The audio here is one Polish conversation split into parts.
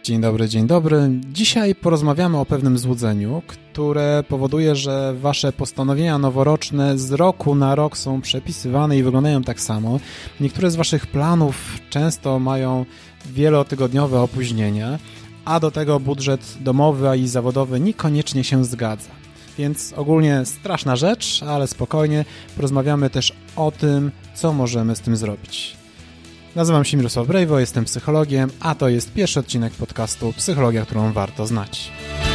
Dzień dobry, dzień dobry. Dzisiaj porozmawiamy o pewnym złudzeniu, które powoduje, że wasze postanowienia noworoczne z roku na rok są przepisywane i wyglądają tak samo. Niektóre z waszych planów często mają wielotygodniowe opóźnienia, a do tego budżet domowy, a i zawodowy niekoniecznie się zgadza. Więc ogólnie straszna rzecz, ale spokojnie porozmawiamy też o tym, co możemy z tym zrobić. Nazywam się Mirosław Brejwo, jestem psychologiem, a to jest pierwszy odcinek podcastu Psychologia, którą warto znać.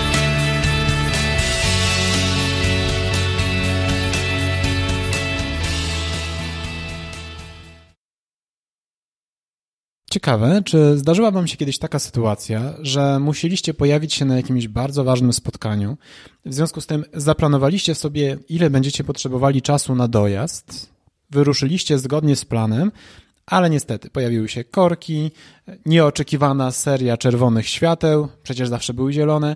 Ciekawe, czy zdarzyła wam się kiedyś taka sytuacja, że musieliście pojawić się na jakimś bardzo ważnym spotkaniu, w związku z tym zaplanowaliście sobie, ile będziecie potrzebowali czasu na dojazd, wyruszyliście zgodnie z planem, ale niestety pojawiły się korki, nieoczekiwana seria czerwonych świateł, przecież zawsze były zielone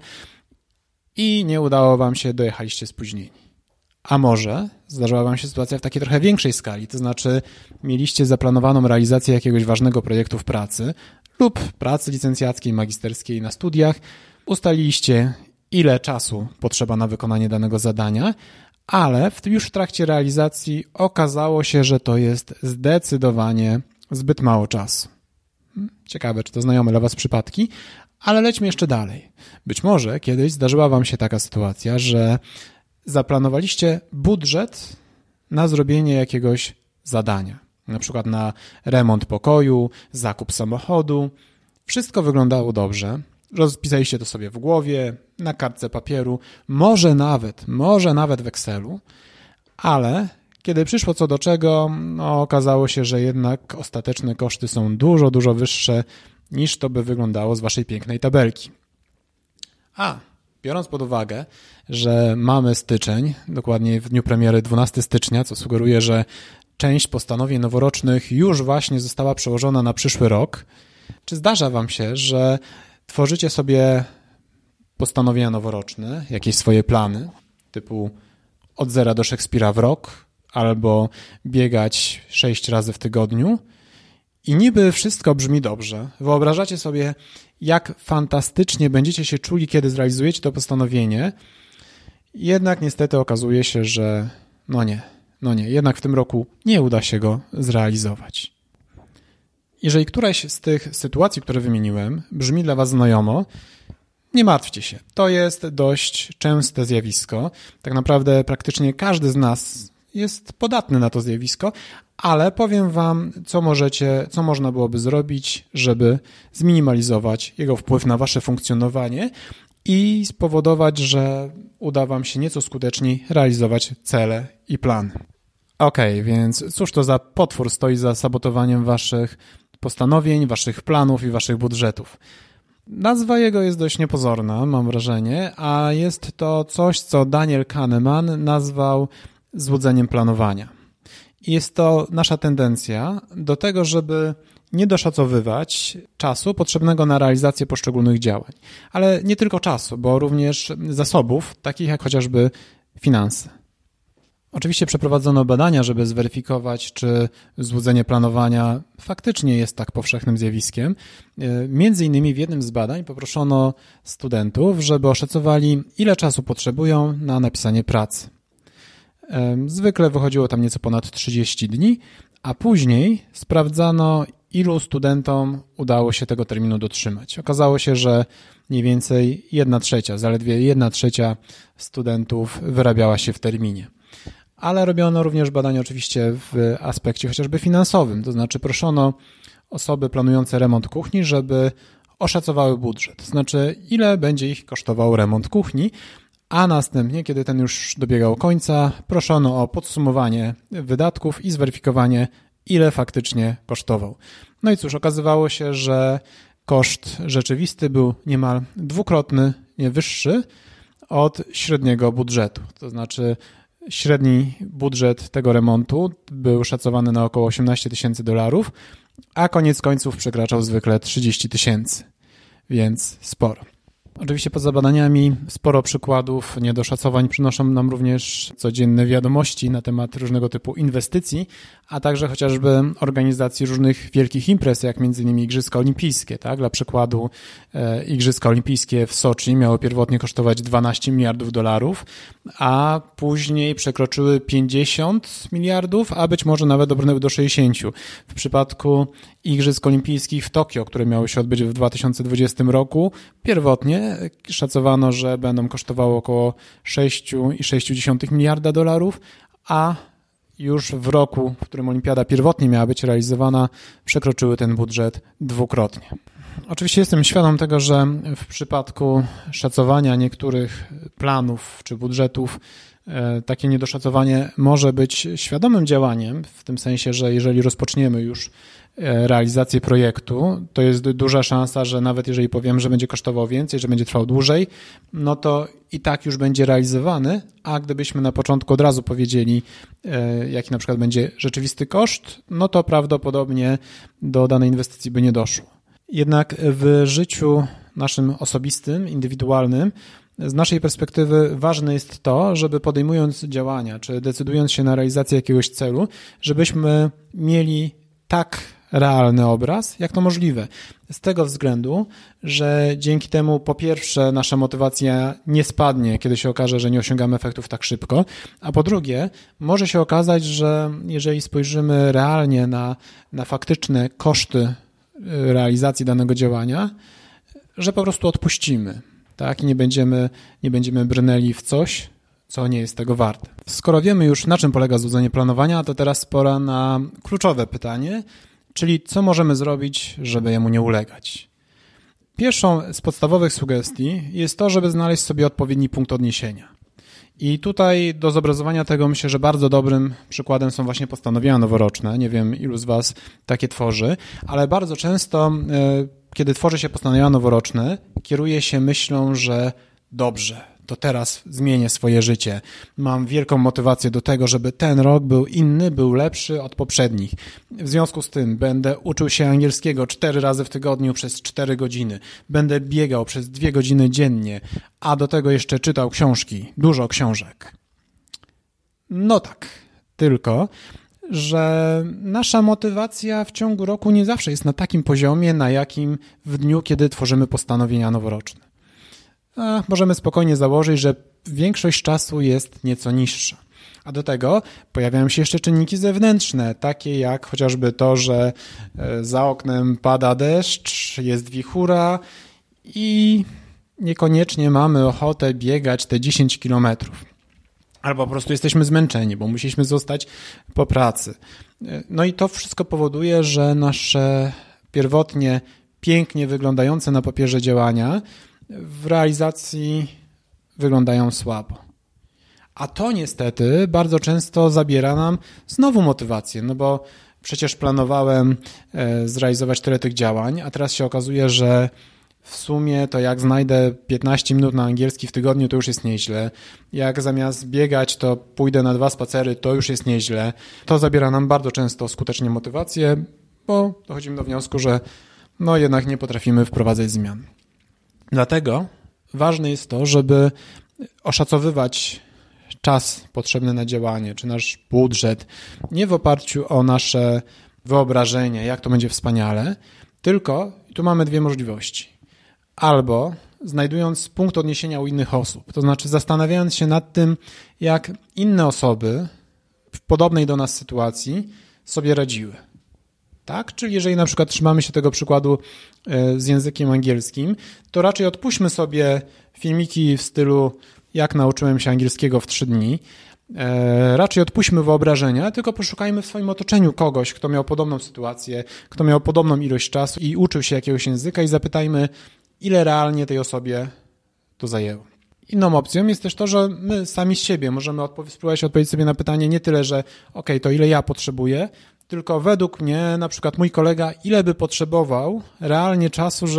i nie udało wam się, dojechaliście spóźnieni. A może zdarzyła wam się sytuacja w takiej trochę większej skali, to znaczy mieliście zaplanowaną realizację jakiegoś ważnego projektu w pracy lub pracy licencjackiej, magisterskiej na studiach, ustaliliście, ile czasu potrzeba na wykonanie danego zadania, ale już w trakcie realizacji okazało się, że to jest zdecydowanie zbyt mało czasu. Ciekawe, czy to znajome dla was przypadki, ale lećmy jeszcze dalej. Być może kiedyś zdarzyła wam się taka sytuacja, że zaplanowaliście budżet na zrobienie jakiegoś zadania, na przykład na remont pokoju, zakup samochodu. Wszystko wyglądało dobrze. Rozpisaliście to sobie w głowie, na kartce papieru, może nawet w Excelu, ale kiedy przyszło co do czego, okazało się, że jednak ostateczne koszty są dużo wyższe niż to by wyglądało z waszej pięknej tabelki. Biorąc pod uwagę, że mamy styczeń, dokładnie w dniu premiery 12 stycznia, co sugeruje, że część postanowień noworocznych już właśnie została przełożona na przyszły rok, czy zdarza wam się, że tworzycie sobie postanowienia noworoczne, jakieś swoje plany, typu od zera do Szekspira w rok, albo biegać 6 razy w tygodniu i niby wszystko brzmi dobrze. Wyobrażacie sobie, jak fantastycznie będziecie się czuli, kiedy zrealizujecie to postanowienie, jednak niestety okazuje się, że jednak w tym roku nie uda się go zrealizować. Jeżeli któraś z tych sytuacji, które wymieniłem, brzmi dla was znajomo, nie martwcie się. To jest dość częste zjawisko. Tak naprawdę praktycznie każdy z nas jest podatny na to zjawisko, ale powiem wam, co można byłoby zrobić, żeby zminimalizować jego wpływ na wasze funkcjonowanie i spowodować, że uda wam się nieco skuteczniej realizować cele i plany. Okej, więc cóż to za potwór stoi za sabotowaniem waszych postanowień, waszych planów i waszych budżetów? Nazwa jego jest dość niepozorna, mam wrażenie, a jest to coś, co Daniel Kahneman nazwał złudzeniem planowania. I jest to nasza tendencja do tego, żeby nie doszacowywać czasu potrzebnego na realizację poszczególnych działań. Ale nie tylko czasu, bo również zasobów, takich jak chociażby finanse. Oczywiście przeprowadzono badania, żeby zweryfikować, czy złudzenie planowania faktycznie jest tak powszechnym zjawiskiem. Między innymi w jednym z badań poproszono studentów, żeby oszacowali, ile czasu potrzebują na napisanie pracy. Zwykle wychodziło tam nieco ponad 30 dni, a później sprawdzano, ilu studentom udało się tego terminu dotrzymać. Okazało się, że mniej więcej 1/3, zaledwie 1/3 studentów wyrabiała się w terminie. Ale robiono również badania oczywiście w aspekcie chociażby finansowym, to znaczy proszono osoby planujące remont kuchni, żeby oszacowały budżet, to znaczy ile będzie ich kosztował remont kuchni, a następnie, kiedy ten już dobiegał końca, proszono o podsumowanie wydatków i zweryfikowanie, ile faktycznie kosztował. No i cóż, okazywało się, że koszt rzeczywisty był niemal dwukrotnie wyższy od średniego budżetu, to znaczy średni budżet tego remontu był szacowany na około $18,000, a koniec końców przekraczał zwykle 30,000, więc sporo. Oczywiście poza badaniami sporo przykładów niedoszacowań przynoszą nam również codzienne wiadomości na temat różnego typu inwestycji, a także chociażby organizacji różnych wielkich imprez, jak m.in. Igrzyska Olimpijskie. Tak? Dla przykładu Igrzyska Olimpijskie w Soczi miały pierwotnie kosztować $12 miliardów, a później przekroczyły 50 miliardów, a być może nawet dobrnęły do 60. W przypadku Igrzysk Olimpijskich w Tokio, które miały się odbyć w 2020 roku, pierwotnie szacowano, że będą kosztowały około $6,6 miliarda, a już w roku, w którym olimpiada pierwotnie miała być realizowana, przekroczyły ten budżet dwukrotnie. Oczywiście jestem świadom tego, że w przypadku szacowania niektórych planów czy budżetów takie niedoszacowanie może być świadomym działaniem, w tym sensie, że jeżeli rozpoczniemy już realizację projektu, to jest duża szansa, że nawet jeżeli powiemy, że będzie kosztował więcej, że będzie trwał dłużej, no to i tak już będzie realizowany, a gdybyśmy na początku od razu powiedzieli, jaki na przykład będzie rzeczywisty koszt, no to prawdopodobnie do danej inwestycji by nie doszło. Jednak w życiu naszym osobistym, indywidualnym, z naszej perspektywy ważne jest to, żeby podejmując działania, czy decydując się na realizację jakiegoś celu, żebyśmy mieli tak realny obraz, jak to możliwe. Z tego względu, że dzięki temu po pierwsze nasza motywacja nie spadnie, kiedy się okaże, że nie osiągamy efektów tak szybko, a po drugie może się okazać, że jeżeli spojrzymy realnie na faktyczne koszty realizacji danego działania, że po prostu odpuścimy, tak? I nie będziemy brnęli w coś, co nie jest tego warte. Skoro wiemy już, na czym polega złudzenie planowania, to teraz pora na kluczowe pytanie, czyli co możemy zrobić, żeby jemu nie ulegać. Pierwszą z podstawowych sugestii jest to, żeby znaleźć sobie odpowiedni punkt odniesienia. I tutaj do zobrazowania tego myślę, że bardzo dobrym przykładem są właśnie postanowienia noworoczne. Nie wiem, ilu z Was takie tworzy, ale bardzo często, kiedy tworzy się postanowienia noworoczne, kieruje się myślą, że dobrze, to teraz zmienię swoje życie. Mam wielką motywację do tego, żeby ten rok był inny, był lepszy od poprzednich. W związku z tym będę uczył się angielskiego 4 razy w tygodniu przez 4 godziny. Będę biegał przez 2 godziny dziennie, a do tego jeszcze czytał książki, dużo książek. No tak, tylko że nasza motywacja w ciągu roku nie zawsze jest na takim poziomie, na jakim w dniu, kiedy tworzymy postanowienia noworoczne. Możemy spokojnie założyć, że większość czasu jest nieco niższa. A do tego pojawiają się jeszcze czynniki zewnętrzne, takie jak chociażby to, że za oknem pada deszcz, jest wichura i niekoniecznie mamy ochotę biegać te 10 kilometrów. Albo po prostu jesteśmy zmęczeni, bo musieliśmy zostać po pracy. No i to wszystko powoduje, że nasze pierwotnie pięknie wyglądające na papierze działania w realizacji wyglądają słabo. A to niestety bardzo często zabiera nam znowu motywację, no bo przecież planowałem zrealizować tyle tych działań, a teraz się okazuje, że w sumie to jak znajdę 15 minut na angielski w tygodniu, to już jest nieźle. Jak zamiast biegać, to pójdę na 2 spacery, to już jest nieźle. To zabiera nam bardzo często skutecznie motywację, bo dochodzimy do wniosku, że no jednak nie potrafimy wprowadzać zmian. Dlatego ważne jest to, żeby oszacowywać czas potrzebny na działanie, czy nasz budżet, nie w oparciu o nasze wyobrażenie, jak to będzie wspaniale, tylko tu mamy 2 możliwości. Albo znajdując punkt odniesienia u innych osób, to znaczy zastanawiając się nad tym, jak inne osoby w podobnej do nas sytuacji sobie radziły. Tak? Czyli jeżeli na przykład trzymamy się tego przykładu z językiem angielskim, to raczej odpuśćmy sobie filmiki w stylu jak nauczyłem się angielskiego w 3 dni. Raczej odpuśćmy wyobrażenia, tylko poszukajmy w swoim otoczeniu kogoś, kto miał podobną sytuację, kto miał podobną ilość czasu i uczył się jakiegoś języka i zapytajmy, ile realnie tej osobie to zajęło. Inną opcją jest też to, że my sami z siebie możemy spróbować odpowiedzieć sobie na pytanie nie tyle, że to ile ja potrzebuję, tylko według mnie na przykład mój kolega ile by potrzebował realnie czasu,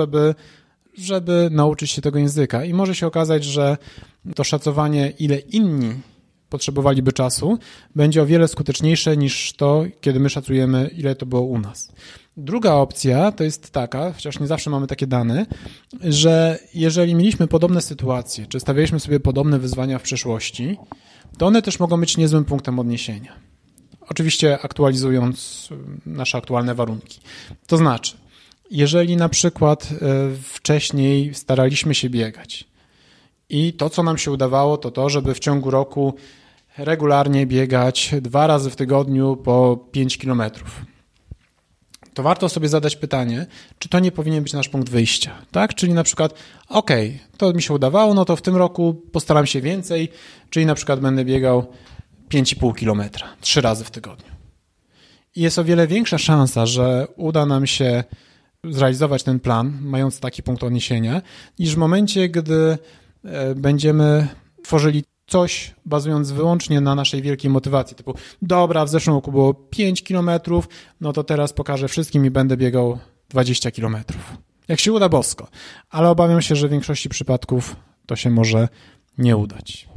żeby nauczyć się tego języka. I może się okazać, że to szacowanie, ile inni potrzebowaliby czasu, będzie o wiele skuteczniejsze niż to, kiedy my szacujemy, ile to było u nas. Druga opcja to jest taka, chociaż nie zawsze mamy takie dane, że jeżeli mieliśmy podobne sytuacje, czy stawialiśmy sobie podobne wyzwania w przeszłości, to one też mogą być niezłym punktem odniesienia. Oczywiście aktualizując nasze aktualne warunki. To znaczy, jeżeli na przykład wcześniej staraliśmy się biegać i to, co nam się udawało, to, żeby w ciągu roku regularnie biegać 2 razy w tygodniu po 5 kilometrów, to warto sobie zadać pytanie, czy to nie powinien być nasz punkt wyjścia, tak? Czyli na przykład, to mi się udawało, no to w tym roku postaram się więcej, czyli na przykład będę biegał 5,5 kilometra 3 razy w tygodniu. I jest o wiele większa szansa, że uda nam się zrealizować ten plan, mając taki punkt odniesienia, niż w momencie, gdy będziemy tworzyli coś bazując wyłącznie na naszej wielkiej motywacji, typu dobra, w zeszłym roku było 5 kilometrów, no to teraz pokażę wszystkim i będę biegał 20 kilometrów. Jak się uda, bosko, ale obawiam się, że w większości przypadków to się może nie udać.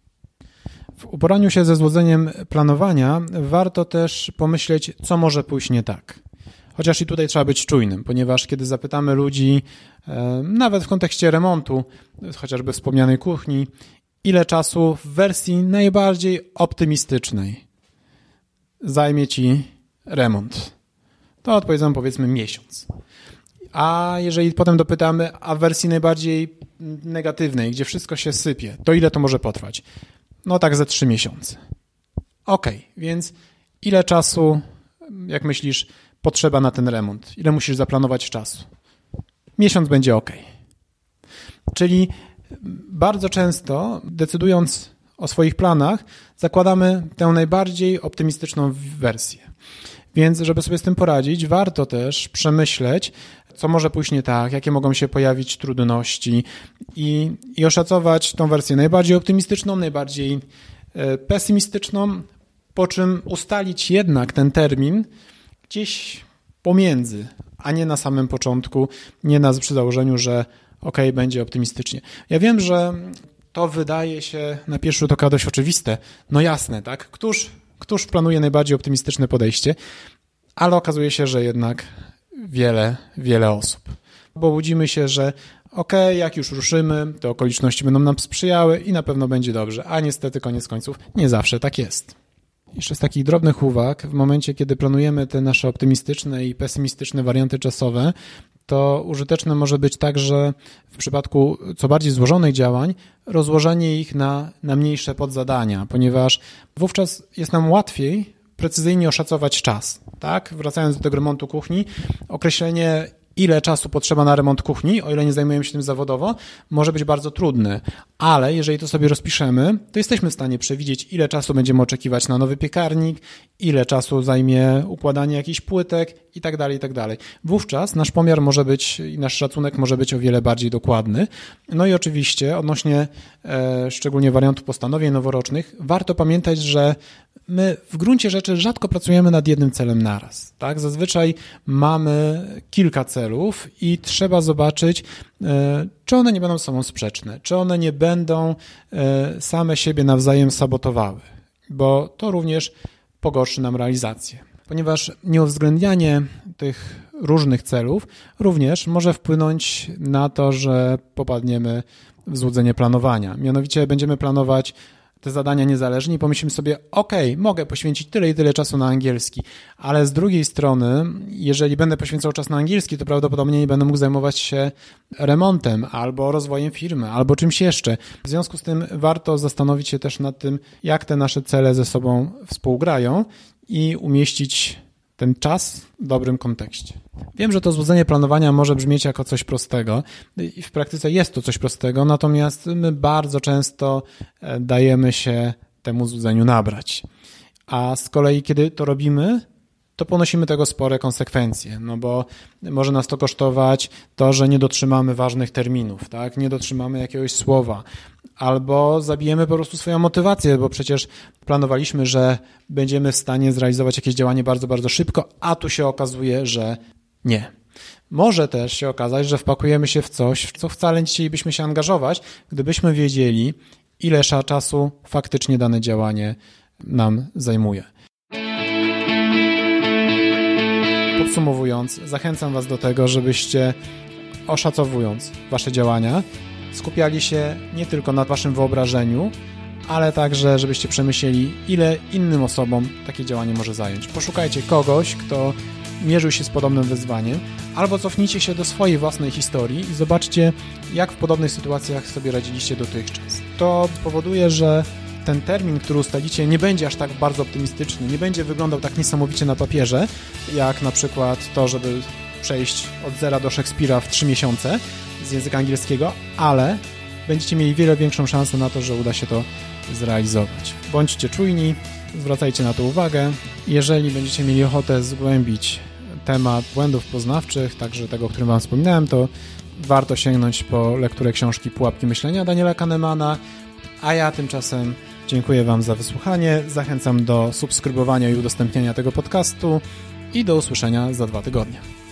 W uporaniu się ze złudzeniem planowania warto też pomyśleć, co może pójść nie tak. Chociaż i tutaj trzeba być czujnym, ponieważ kiedy zapytamy ludzi, nawet w kontekście remontu, chociażby wspomnianej kuchni, ile czasu w wersji najbardziej optymistycznej zajmie ci remont, to odpowiedzą powiedzmy miesiąc. A jeżeli potem dopytamy, a w wersji najbardziej negatywnej, gdzie wszystko się sypie, to ile to może potrwać? No tak ze 3 miesiące. Więc ile czasu, jak myślisz, potrzeba na ten remont? Ile musisz zaplanować czasu? Miesiąc będzie Czyli bardzo często, decydując o swoich planach, zakładamy tę najbardziej optymistyczną wersję. Więc żeby sobie z tym poradzić, warto też przemyśleć, co może pójść nie tak, jakie mogą się pojawić trudności i oszacować tą wersję najbardziej optymistyczną, najbardziej pesymistyczną, po czym ustalić jednak ten termin gdzieś pomiędzy, a nie na samym początku, nie przy założeniu, że będzie optymistycznie. Ja wiem, że to wydaje się na pierwszy rzut oka dość oczywiste. No jasne, tak? Któż planuje najbardziej optymistyczne podejście? Ale okazuje się, że jednak wiele osób. Bo budzimy się, że jak już ruszymy, to okoliczności będą nam sprzyjały i na pewno będzie dobrze. A niestety, koniec końców, nie zawsze tak jest. Jeszcze z takich drobnych uwag, w momencie, kiedy planujemy te nasze optymistyczne i pesymistyczne warianty czasowe, to użyteczne może być także w przypadku co bardziej złożonych działań rozłożenie ich na mniejsze podzadania, ponieważ wówczas jest nam łatwiej precyzyjnie oszacować czas. Tak? Wracając do tego remontu kuchni, określenie, ile czasu potrzeba na remont kuchni, o ile nie zajmujemy się tym zawodowo, może być bardzo trudne, ale jeżeli to sobie rozpiszemy, to jesteśmy w stanie przewidzieć, ile czasu będziemy oczekiwać na nowy piekarnik, ile czasu zajmie układanie jakichś płytek i tak dalej. Wówczas nasz pomiar może być i nasz szacunek może być o wiele bardziej dokładny. No i oczywiście odnośnie szczególnie wariantów postanowień noworocznych, warto pamiętać, że my w gruncie rzeczy rzadko pracujemy nad jednym celem naraz. Tak? Zazwyczaj mamy kilka celów i trzeba zobaczyć, czy one nie będą ze sobą sprzeczne, czy one nie będą same siebie nawzajem sabotowały, bo to również pogorszy nam realizację. Ponieważ nieuwzględnianie tych różnych celów również może wpłynąć na to, że popadniemy w złudzenie planowania. Mianowicie będziemy planować te zadania niezależnie i pomyślimy sobie, mogę poświęcić tyle i tyle czasu na angielski, ale z drugiej strony, jeżeli będę poświęcał czas na angielski, to prawdopodobnie nie będę mógł zajmować się remontem albo rozwojem firmy, albo czymś jeszcze. W związku z tym warto zastanowić się też nad tym, jak te nasze cele ze sobą współgrają i umieścić ten czas w dobrym kontekście. Wiem, że to złudzenie planowania może brzmieć jako coś prostego i w praktyce jest to coś prostego, natomiast my bardzo często dajemy się temu złudzeniu nabrać. A z kolei, kiedy to robimy, to ponosimy tego spore konsekwencje, no bo może nas to kosztować to, że nie dotrzymamy ważnych terminów, tak? Nie dotrzymamy jakiegoś słowa, albo zabijemy po prostu swoją motywację, bo przecież planowaliśmy, że będziemy w stanie zrealizować jakieś działanie bardzo, bardzo szybko, a tu się okazuje, że nie. Może też się okazać, że wpakujemy się w coś, w co wcale nie chcielibyśmy się angażować, gdybyśmy wiedzieli, ile czasu faktycznie dane działanie nam zajmuje. Podsumowując, zachęcam Was do tego, żebyście oszacowując Wasze działania, skupiali się nie tylko na Waszym wyobrażeniu, ale także, żebyście przemyśleli, ile innym osobom takie działanie może zająć. Poszukajcie kogoś, kto mierzył się z podobnym wyzwaniem, albo cofnijcie się do swojej własnej historii i zobaczcie, jak w podobnych sytuacjach sobie radziliście dotychczas. To powoduje, że ten termin, który ustalicie, nie będzie aż tak bardzo optymistyczny, nie będzie wyglądał tak niesamowicie na papierze, jak na przykład to, żeby przejść od zera do Szekspira w 3 miesiące z języka angielskiego, ale będziecie mieli wiele większą szansę na to, że uda się to zrealizować. Bądźcie czujni, zwracajcie na to uwagę. Jeżeli będziecie mieli ochotę zgłębić temat błędów poznawczych, także tego, o którym Wam wspominałem, to warto sięgnąć po lekturę książki Pułapki myślenia Daniela Kahnemana, a ja tymczasem dziękuję Wam za wysłuchanie, zachęcam do subskrybowania i udostępniania tego podcastu i do usłyszenia za 2 tygodnie.